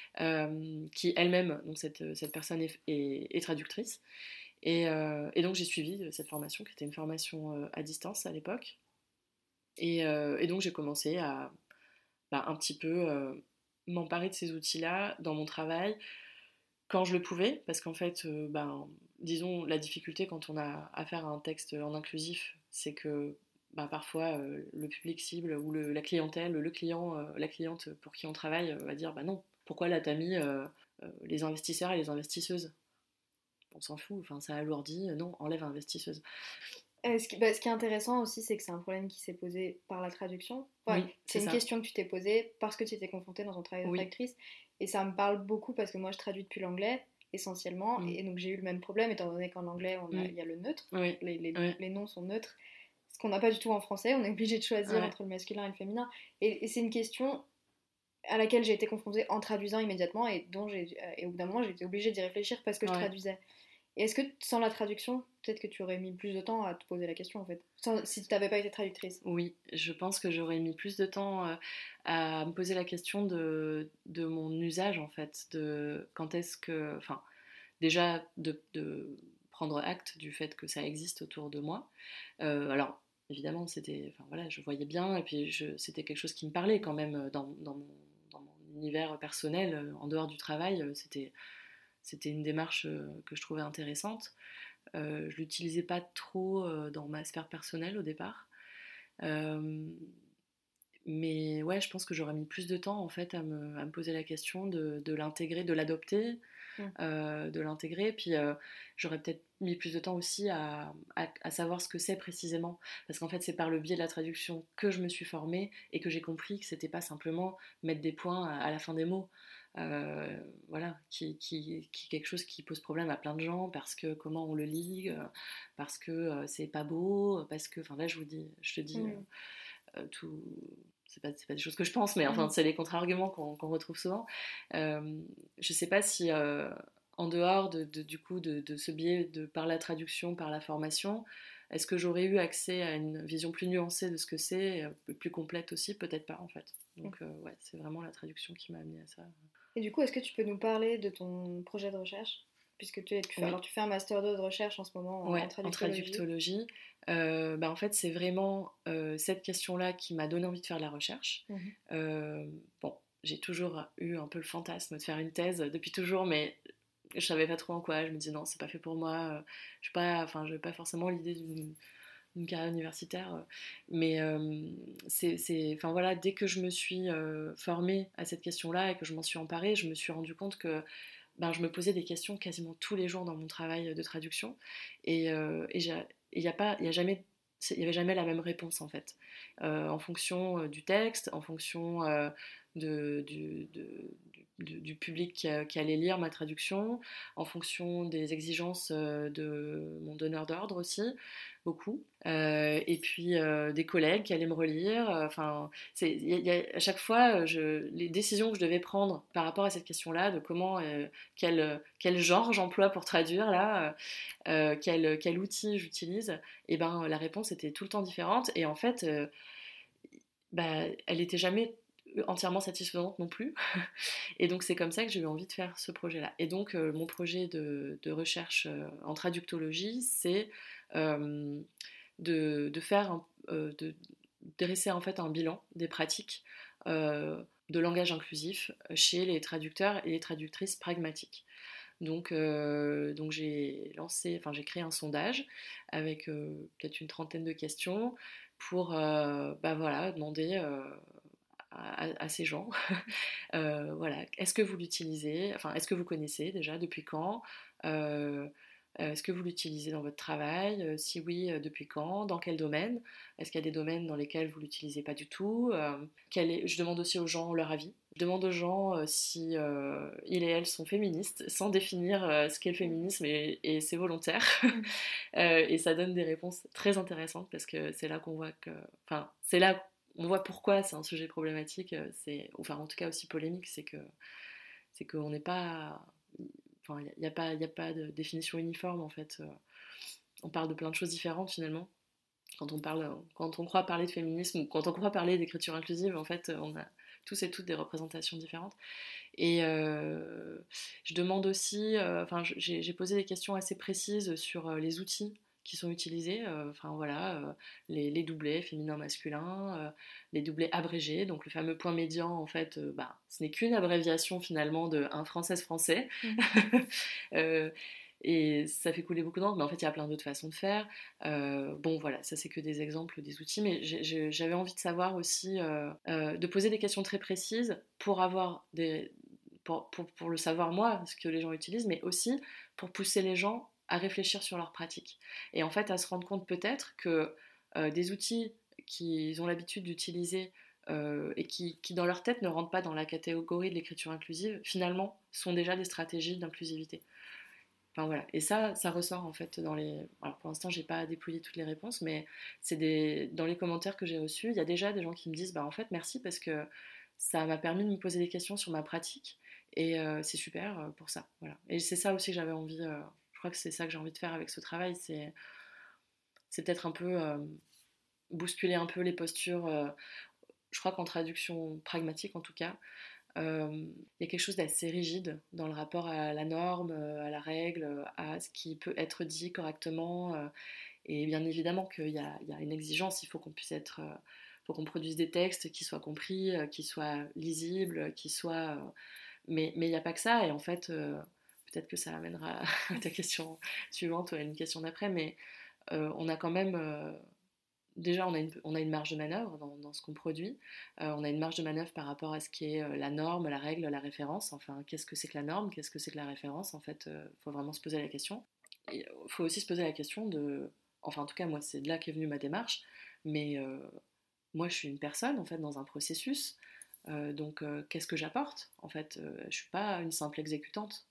euh, qui elle-même, donc cette, cette personne est, est, est traductrice. Et, euh, et donc j'ai suivi cette formation, qui était une formation euh, à distance à l'époque. Et, euh, et donc j'ai commencé à bah, un petit peu euh, m'emparer de ces outils-là dans mon travail quand je le pouvais, parce qu'en fait, euh, ben, disons, la difficulté quand on a affaire à un texte en inclusif, c'est que bah, parfois euh, le public cible ou le, la clientèle, le client, euh, la cliente pour qui on travaille euh, va dire bah non, pourquoi là t'as mis euh, euh, les investisseurs et les investisseuses, on s'en fout, enfin ça alourdit, non, enlève investisseuse. Euh, ce, qui, bah, ce qui est intéressant aussi, c'est que c'est un problème qui s'est posé par la traduction. Ouais, Oui, c'est c'est une ça. question que tu t'es posée parce que tu étais confrontée dans ton travail de Oui. traductrice. Et ça me parle beaucoup parce que moi, je traduis depuis l'anglais, essentiellement. Mm. Et donc, j'ai eu le même problème, étant donné qu'en anglais, il Mm. y a le neutre. Oui. Les, les, Oui. les noms sont neutres. Ce qu'on n'a pas du tout en français. On est obligé de choisir Ouais. entre le masculin et le féminin. Et, et c'est une question à laquelle j'ai été confrontée en traduisant immédiatement et, dont j'ai, et au bout d'un moment, j'ai été obligée d'y réfléchir parce que je Ouais. traduisais. Et est-ce que sans la traduction, peut-être que tu aurais mis plus de temps à te poser la question en fait, sans, si tu n'avais pas été traductrice? Oui, je pense que j'aurais mis plus de temps euh, à me poser la question de, de mon usage en fait, de quand est-ce que, enfin, déjà de, de prendre acte du fait que ça existe autour de moi. Euh, alors évidemment, c'était, enfin voilà, je voyais bien et puis je, c'était quelque chose qui me parlait quand même dans, dans, mon, dans mon univers personnel, en dehors du travail, c'était, c'était une démarche que je trouvais intéressante. Euh, je l'utilisais pas trop euh, dans ma sphère personnelle au départ. Euh, mais ouais, je pense que j'aurais mis plus de temps en fait à me, à me poser la question de, de l'intégrer, de l'adopter, Mmh. euh, de l'intégrer. Puis euh, j'aurais peut-être mis plus de temps aussi à, à, à savoir ce que c'est précisément. Parce qu'en fait, c'est par le biais de la traduction que je me suis formée et que j'ai compris que c'était pas simplement mettre des points à, à la fin des mots. Euh, voilà, qui, qui, qui est quelque chose qui pose problème à plein de gens parce que comment on le lit, euh, parce que euh, c'est pas beau, parce que, enfin là je vous dis, je te dis Mmh. euh, euh, tout, c'est pas, c'est pas des choses que je pense, mais enfin Mmh. c'est les contre-arguments qu'on, qu'on retrouve souvent. Euh, je sais pas si euh, en dehors de, de, du coup de, de ce biais de par la traduction, par la formation, est-ce que j'aurais eu accès à une vision plus nuancée de ce que c'est, euh, plus complète aussi? Peut-être pas en fait. Donc euh, ouais, c'est vraiment la traduction qui m'a amené à ça. Et du coup, est-ce que tu peux nous parler de ton projet de recherche? Puisque tu, es, tu, fais, Oui. alors, tu fais un master deux de recherche en ce moment en, Ouais, en en traductologie. traductologie. Euh, bah en fait, c'est vraiment euh, cette question-là qui m'a donné envie de faire de la recherche. Mmh. Euh, bon, j'ai toujours eu un peu le fantasme de faire une thèse depuis toujours, mais je savais pas trop en quoi. Je me disais non, c'est pas fait pour moi. Je n'ai pas, enfin, je n'avais pas forcément l'idée d'une, d'une carrière universitaire. Mais euh, c'est, c'est, enfin voilà, dès que je me suis euh, formée à cette question-là et que je m'en suis emparée, je me suis rendu compte que ben, je me posais des questions quasiment tous les jours dans mon travail de traduction. Et euh, il n'y a pas, il y a jamais, il n'y avait jamais la même réponse en fait. Euh, en fonction du texte, en fonction euh, de, du, de, du, du public qui, a, qui allait lire ma traduction, en fonction des exigences de mon donneur d'ordre aussi, beaucoup. Euh, et puis euh, des collègues qui allaient me relire. Enfin, c'est, y a, y a, à chaque fois, je, les décisions que je devais prendre par rapport à cette question-là, de comment, euh, quel, quel genre j'emploie pour traduire là, euh, quel, quel outil j'utilise, et ben la réponse était tout le temps différente. Et en fait, euh, bah, elle n'était jamais entièrement satisfaisante non plus. Et donc c'est comme ça que j'ai eu envie de faire ce projet-là. Et donc euh, mon projet de, de recherche euh, en traductologie, c'est euh, de, de faire, un, euh, de dresser en fait un bilan des pratiques euh, de langage inclusif chez les traducteurs et les traductrices pragmatiques. Donc, euh, donc j'ai lancé, enfin j'ai créé un sondage avec euh, peut-être une trentaine de questions pour, euh, bah voilà, demander euh, à, à, ces gens, euh, voilà, est-ce que vous l'utilisez, enfin est-ce que vous connaissez déjà, depuis quand, euh, est-ce que vous l'utilisez dans votre travail? Si oui, depuis quand? Dans quel domaine? Est-ce qu'il y a des domaines dans lesquels vous ne l'utilisez pas du tout? Quel est... Je demande aussi aux gens leur avis. Je demande aux gens si euh, ils et elles sont féministes, sans définir euh, ce qu'est le féminisme, et, et c'est volontaire. euh, et ça donne des réponses très intéressantes parce que c'est là qu'on voit que... Enfin, c'est là on voit pourquoi c'est un sujet problématique, c'est... enfin en tout cas aussi polémique, c'est que c'est qu'on n'est pas... Enfin, il n'y a, a, a pas de définition uniforme en fait. On parle de plein de choses différentes finalement. Quand on, parle, quand on croit parler de féminisme ou quand on croit parler d'écriture inclusive, en fait, on a tous et toutes des représentations différentes. Et euh, je demande aussi, euh, enfin, j'ai, j'ai posé des questions assez précises sur les outils qui sont utilisés, euh, enfin voilà, euh, les, les doublets féminin masculin, euh, les doublets abrégés, donc le fameux point médian en fait, euh, bah, ce n'est qu'une abréviation finalement de un française français. Mmh. euh, et ça fait couler beaucoup d'encre, mais en fait il y a plein d'autres façons de faire. Euh, bon voilà, ça c'est que des exemples des outils, mais j'ai, j'ai, j'avais envie de savoir aussi, euh, euh, de poser des questions très précises pour avoir des, pour, pour, pour le savoir moi, ce que les gens utilisent, mais aussi pour pousser les gens à réfléchir sur leurs pratiques. Et en fait à se rendre compte peut-être que euh, des outils qu'ils ont l'habitude d'utiliser euh, et qui, qui dans leur tête ne rentrent pas dans la catégorie de l'écriture inclusive, finalement sont déjà des stratégies d'inclusivité. Enfin, voilà. Et ça, ça ressort en fait dans les... Alors pour l'instant, j'ai pas dépouillé toutes les réponses, mais c'est des... dans les commentaires que j'ai reçus, il y a déjà des gens qui me disent bah en fait merci parce que ça m'a permis de me poser des questions sur ma pratique et euh, c'est super pour ça. Voilà. Et c'est ça aussi que j'avais envie, euh... je crois que c'est ça que j'ai envie de faire avec ce travail, c'est, c'est peut-être un peu euh... bousculer un peu les postures. Euh... Je crois qu'en traduction pragmatique en tout cas, il euh, y a quelque chose d'assez rigide dans le rapport à la norme, à la règle, à ce qui peut être dit correctement. Euh, et bien évidemment qu'il y a, il y a une exigence, il faut qu'on puisse être, euh, faut qu'on produise des textes qui soient compris, euh, qui soient lisibles, qui soient. Euh, mais mais il n'y a pas que ça. Et en fait, euh, peut-être que ça amènera à ta question suivante ou à une question d'après. Mais euh, on a quand même euh, déjà, on a, une, on a une marge de manœuvre dans, dans ce qu'on produit. Euh, on a une marge de manœuvre par rapport à ce qui est euh, la norme, la règle, la référence. Enfin, qu'est-ce que c'est que la norme? Qu'est-ce que c'est que la référence? En fait, il euh, faut vraiment se poser la question. Il faut aussi se poser la question de... Enfin, en tout cas, moi, c'est de là qu'est venue ma démarche. Mais euh, moi, je suis une personne, en fait, dans un processus. Euh, donc, euh, qu'est-ce que j'apporte? En fait, euh, je ne suis pas une simple exécutante.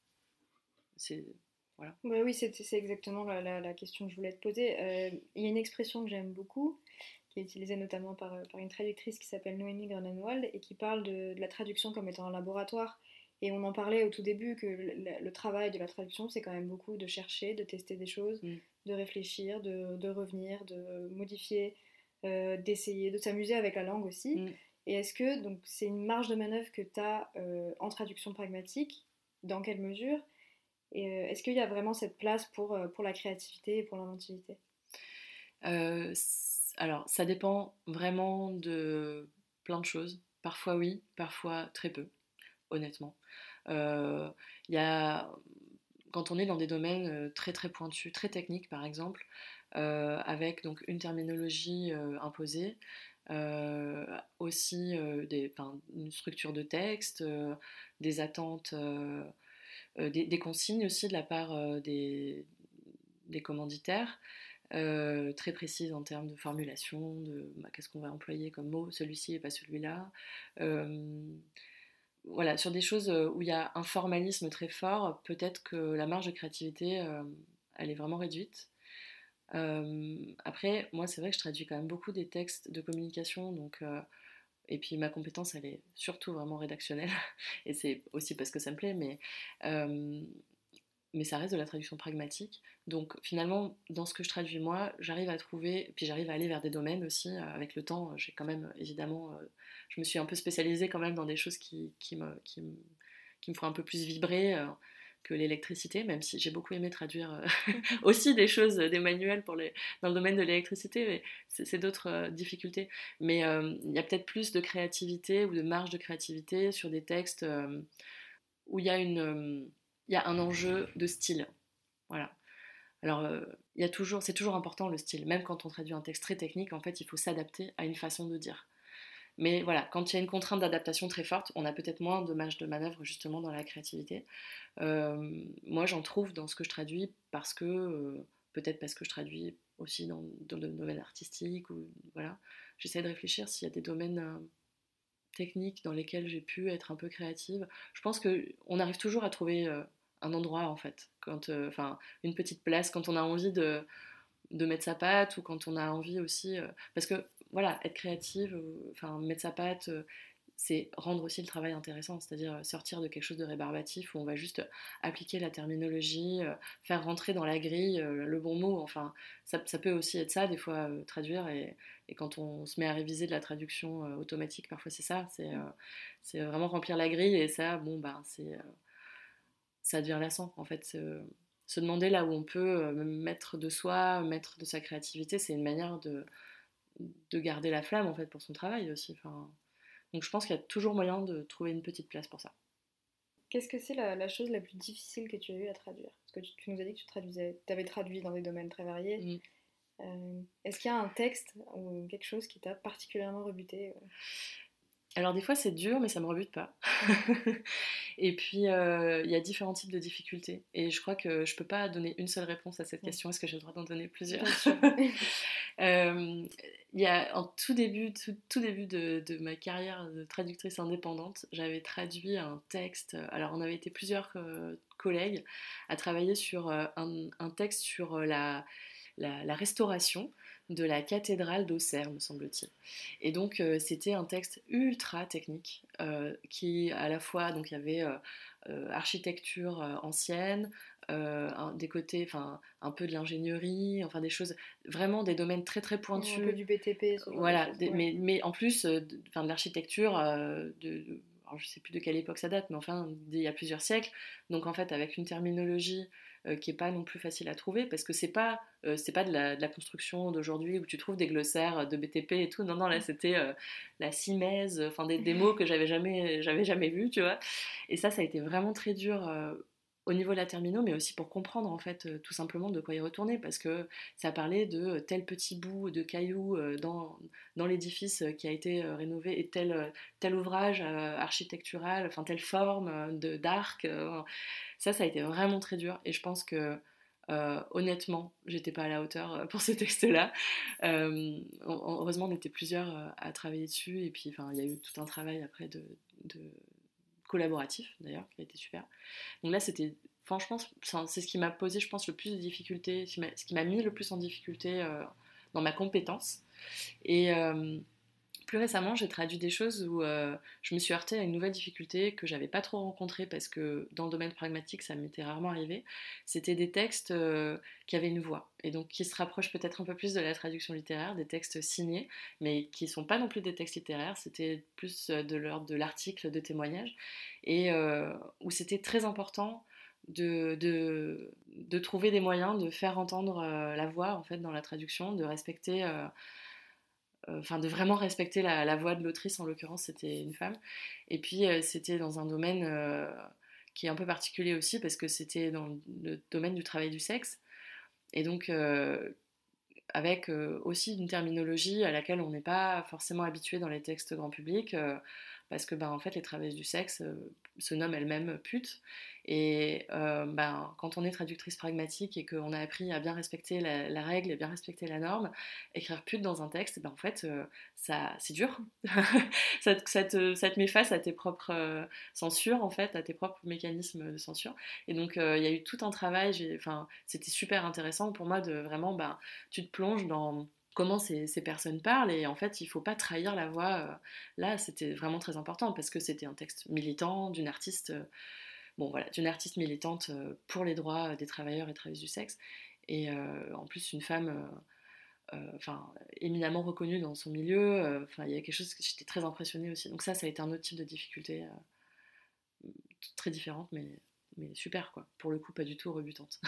C'est... Voilà. Ouais, oui, c'est c'est exactement la, la- la question que je voulais te poser. Euh, Il y a une expression que j'aime beaucoup, qui est utilisée notamment par, par une traductrice qui s'appelle Noémie Grenenwald et qui parle de, de la traduction comme étant un laboratoire. Et on en parlait au tout début que le, le- le travail de la traduction, c'est quand même beaucoup de chercher, de tester des choses, Mm. de réfléchir, de, de revenir, de modifier, euh, d'essayer, de s'amuser avec la langue aussi. Mm. Et est-ce que donc c'est une marge de manœuvre que tu as euh, en traduction pragmatique? Dans quelle mesure? Et euh, est-ce qu'il y a vraiment cette place pour, euh, pour la créativité et pour l'inventivité? Euh, alors, ça dépend vraiment de plein de choses. Parfois oui, parfois très peu, honnêtement. Euh, y a, Quand on est dans des domaines euh, très très pointus, très techniques par exemple, euh, avec donc une terminologie euh, imposée, euh, aussi euh, des, une structure de texte, euh, des attentes, euh, euh, des, des, consignes aussi de la part euh, des, des commanditaires euh, très précise en termes de formulation, de bah, qu'est-ce qu'on va employer comme mot, celui-ci et pas celui-là. Euh, voilà, sur des choses où il y a un formalisme très fort, peut-être que la marge de créativité, euh, elle est vraiment réduite. Euh, après, moi, c'est vrai que je traduis quand même beaucoup des textes de communication, donc, euh, et puis ma compétence, elle est surtout vraiment rédactionnelle, et c'est aussi parce que ça me plaît, mais euh, mais ça reste de la traduction pragmatique. Donc finalement, dans ce que je traduis moi, j'arrive à trouver, puis j'arrive à aller vers des domaines aussi. Euh, avec le temps, j'ai quand même, évidemment, euh, je me suis un peu spécialisée quand même dans des choses qui, qui, me, qui, me, qui me font un peu plus vibrer euh, que l'électricité, même si j'ai beaucoup aimé traduire euh, aussi des choses, des manuels pour les, dans le domaine de l'électricité, mais c'est, c'est d'autres euh, difficultés. Mais euh, il y a peut-être plus de créativité ou de marge de créativité sur des textes euh, où il y a une... Euh, il y a un enjeu de style. Voilà. Alors, euh, il y a toujours, c'est toujours important le style. Même quand on traduit un texte très technique, en fait, il faut s'adapter à une façon de dire. Mais voilà, quand il y a une contrainte d'adaptation très forte, on a peut-être moins de marge de manœuvre justement dans la créativité. Euh, moi, j'en trouve dans ce que je traduis parce que, euh, peut-être parce que je traduis aussi dans, dans le domaine artistique, ou voilà. J'essaie de réfléchir s'il y a des domaines euh, techniques dans lesquels j'ai pu être un peu créative. Je pense qu'on arrive toujours à trouver euh, un endroit en fait, quand, euh, enfin, une petite place quand on a envie de, de mettre sa patte, ou quand on a envie aussi, euh, parce que voilà, être créative, euh, enfin mettre sa patte, euh, c'est rendre aussi le travail intéressant, c'est-à-dire sortir de quelque chose de rébarbatif où on va juste appliquer la terminologie, euh, faire rentrer dans la grille euh, le bon mot, enfin ça, ça peut aussi être ça des fois, euh, traduire, et, et quand on se met à réviser de la traduction euh, automatique, parfois c'est ça, c'est, euh, c'est vraiment remplir la grille, et ça, bon ben c'est... Euh, ça devient lassant en fait. Se, se demander là où on peut euh, mettre de soi, mettre de sa créativité, c'est une manière de, de garder la flamme en fait pour son travail aussi. Enfin, donc je pense qu'il y a toujours moyen de trouver une petite place pour ça. Qu'est-ce que c'est la, la chose la plus difficile que tu as eu à traduire? Parce que tu, tu nous as dit que tu traduisais, tu avais traduit dans des domaines très variés. Mm. Euh, Est-ce qu'il y a un texte ou quelque chose qui t'a particulièrement rebuté? Alors des fois c'est dur, mais ça me rebute pas. Et puis euh, il y a différents types de difficultés, et je crois que je peux pas donner une seule réponse à cette question. Est-ce que j'ai le droit d'en donner plusieurs? Bien sûr. euh, Il y a en tout début, tout, tout début de, de ma carrière de traductrice indépendante, j'avais traduit un texte. Alors on avait été plusieurs euh, collègues à travailler sur euh, un, un texte sur euh, la la, la restauration de la cathédrale d'Auxerre, me semble-t-il. Et donc euh, c'était un texte ultra technique euh, qui à la fois, donc il y avait euh, euh, architecture euh, ancienne, euh, un, des côtés, enfin un peu de l'ingénierie, enfin des choses, vraiment des domaines très très pointus. Un peu du B T P, ce genre Voilà, de choses. des, Ouais. mais, mais en plus, euh, de, de l'architecture euh, de, de alors je sais plus de quelle époque ça date, mais enfin il y a plusieurs siècles. Donc en fait avec une terminologie euh, qui est pas non plus facile à trouver, parce que c'est pas euh, c'est pas de la, de la construction d'aujourd'hui où tu trouves des glossaires de B T P et tout. Non non, là c'était euh, la simèse, enfin des, des mots que j'avais jamais j'avais jamais vus, tu vois. Et ça ça a été vraiment très dur. Euh, au niveau de la termino, mais aussi pour comprendre en fait euh, tout simplement de quoi y retourner, parce que ça parlait de tel petit bout de caillou euh, dans, dans l'édifice qui a été euh, rénové, et tel, euh, tel ouvrage euh, architectural, enfin telle forme euh, de, d'arc. Euh, ça, ça a été vraiment très dur, et je pense que euh, honnêtement, j'étais pas à la hauteur pour ce texte-là. Euh, heureusement, on était plusieurs à travailler dessus, et puis il y a eu tout un travail après de, de collaboratif d'ailleurs, qui a été super. Donc là, c'était, franchement, c'est ce qui m'a posé, je pense, le plus de difficultés, ce qui m'a mis le plus en difficulté euh, dans ma compétence. Et euh, plus récemment, j'ai traduit des choses où euh, je me suis heurtée à une nouvelle difficulté que j'avais pas trop rencontrée, parce que dans le domaine pragmatique, ça m'était rarement arrivé. C'était des textes euh, qui avaient une voix, et donc qui se rapprochent peut-être un peu plus de la traduction littéraire, des textes signés, mais qui sont pas non plus des textes littéraires, c'était plus de l'ordre de l'article, de témoignage, et euh, où c'était très important de, de, de trouver des moyens de faire entendre euh, la voix en fait dans la traduction, de respecter... Euh, enfin de vraiment respecter la, la voix de l'autrice, en l'occurrence c'était une femme, et puis euh, c'était dans un domaine euh, qui est un peu particulier aussi, parce que c'était dans le domaine du travail du sexe, et donc euh, avec euh, aussi une terminologie à laquelle on n'est pas forcément habitué dans les textes grand public, euh, parce que ben, en fait les travailleuses du sexe euh, se nomment elles-mêmes putes, et euh, ben, quand on est traductrice pragmatique et qu'on a appris à bien respecter la, la règle et bien respecter la norme, écrire pute dans un texte, ben, en fait euh, ça, c'est dur. ça, ça, te, ça te met face à tes propres euh, censures, en fait, à tes propres mécanismes de censure, et donc il euh, y a eu tout un travail, c'était super intéressant pour moi de vraiment, ben, tu te plonges dans comment ces, ces personnes parlent, et en fait il faut pas trahir la voix. Euh, là c'était vraiment très important, parce que c'était un texte militant d'une artiste euh, bon voilà d'une artiste militante euh, pour les droits des travailleurs et travailleuses du sexe, et euh, en plus une femme euh, euh, enfin éminemment reconnue dans son milieu. Enfin il y a quelque chose que j'étais très impressionnée aussi, donc ça ça a été un autre type de difficulté euh, très différente, mais mais super quoi, pour le coup pas du tout rebutante.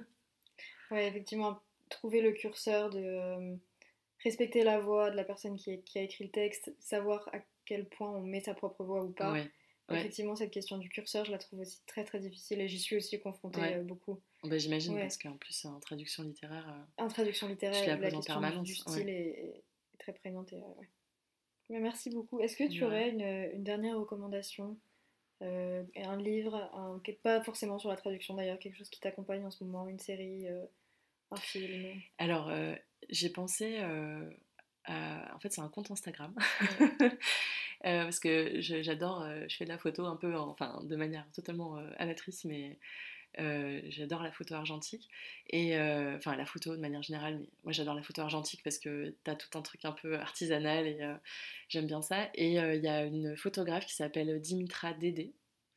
Ouais, effectivement, trouver le curseur de euh, respecter la voix de la personne qui, est- qui a écrit le texte, savoir à quel point on met sa propre voix ou pas. Ouais, ouais, Effectivement, cette question du curseur, je la trouve aussi très très difficile, et j'y suis aussi confrontée ouais. euh, beaucoup. Ben, j'imagine, Ouais, parce qu'en plus en traduction littéraire, euh, en traduction tu littéraire, la la poses en question du, du permanence. style Ouais, est, est très prégnante. Et, euh, ouais. Mais merci beaucoup. Est-ce que de tu rien. aurais une, une dernière recommandation, euh, un livre, un, pas forcément sur la traduction d'ailleurs, quelque chose qui t'accompagne en ce moment, une série, euh, un film? Alors, euh, j'ai pensé euh, à... En fait, c'est un compte Instagram. Ouais. Euh, parce que je- j'adore, euh, je fais de la photo un peu, en- enfin, de manière totalement euh, amatrice, mais euh, j'adore la photo argentique. Et, euh, enfin, la photo de manière générale, mais moi j'adore la photo argentique parce que t'as tout un truc un peu artisanal, et euh, j'aime bien ça. Et il euh, y a une photographe qui s'appelle Dimitra Dédé.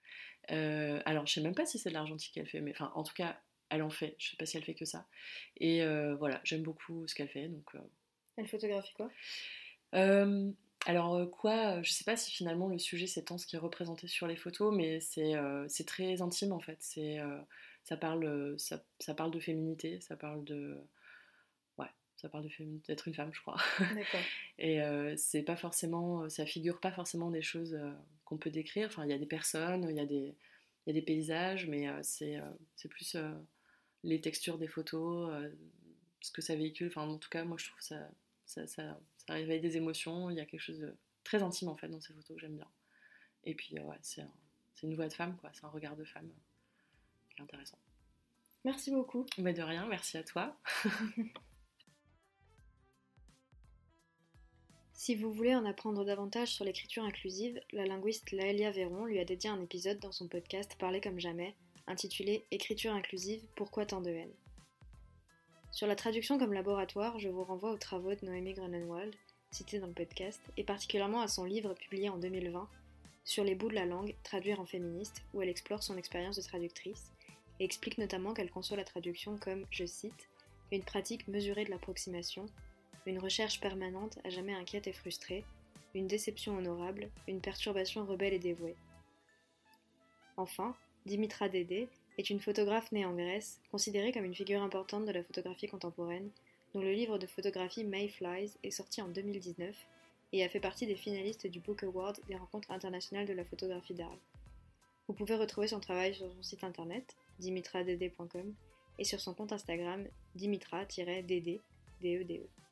Euh, alors, je sais même pas si c'est de l'argentique qu'elle fait, mais enfin, en tout cas, elle en fait. Je sais pas si elle fait que ça. Et euh, voilà, j'aime beaucoup ce qu'elle fait. Donc, euh, Elle photographie quoi? euh, alors euh, quoi, euh, je sais pas si finalement le sujet c'est tant ce qui est représenté sur les photos, mais c'est euh, c'est très intime en fait. C'est euh, ça parle euh, ça, ça parle de féminité, ça parle de ouais, ça parle de féminité, d'être une femme, je crois. D'accord. Et euh, c'est pas forcément, ça figure pas forcément des choses euh, qu'on peut décrire. Enfin, il y a des personnes, il y a des il y a des paysages, mais euh, c'est euh, c'est plus euh, les textures des photos, euh, ce que ça véhicule. Enfin, en tout cas, moi je trouve ça ça, ça, ça réveille des émotions. Il y a quelque chose de très intime en fait dans ces photos que j'aime bien. Et puis euh, ouais, c'est un- c'est une voix de femme, quoi. C'est un regard de femme qui est intéressant. Merci beaucoup. Mais de rien, merci à toi. Si vous voulez en apprendre davantage sur l'écriture inclusive, la linguiste Laëlia Véron lui a dédié un épisode dans son podcast Parler comme jamais, intitulé Écriture inclusive, pourquoi tant de haine? Sur la traduction comme laboratoire, je vous renvoie aux travaux de Noémie Grunenwald, cités dans le podcast, et particulièrement à son livre publié en deux mille vingt, Sur les bouts de la langue, traduire en féministe, où elle explore son expérience de traductrice, et explique notamment qu'elle conçoit la traduction comme, je cite, une pratique mesurée de l'approximation, une recherche permanente à jamais inquiète et frustrée, une déception honorable, une perturbation rebelle et dévouée. Enfin, Dimitra Dédé est une photographe née en Grèce, considérée comme une figure importante de la photographie contemporaine, dont le livre de photographie Mayflies est sorti en deux mille dix-neuf et a fait partie des finalistes du Book Award des Rencontres internationales de la photographie d'Arles. Vous pouvez retrouver son travail sur son site internet dimitra d d point com et sur son compte Instagram dimitra-dd, D E D E.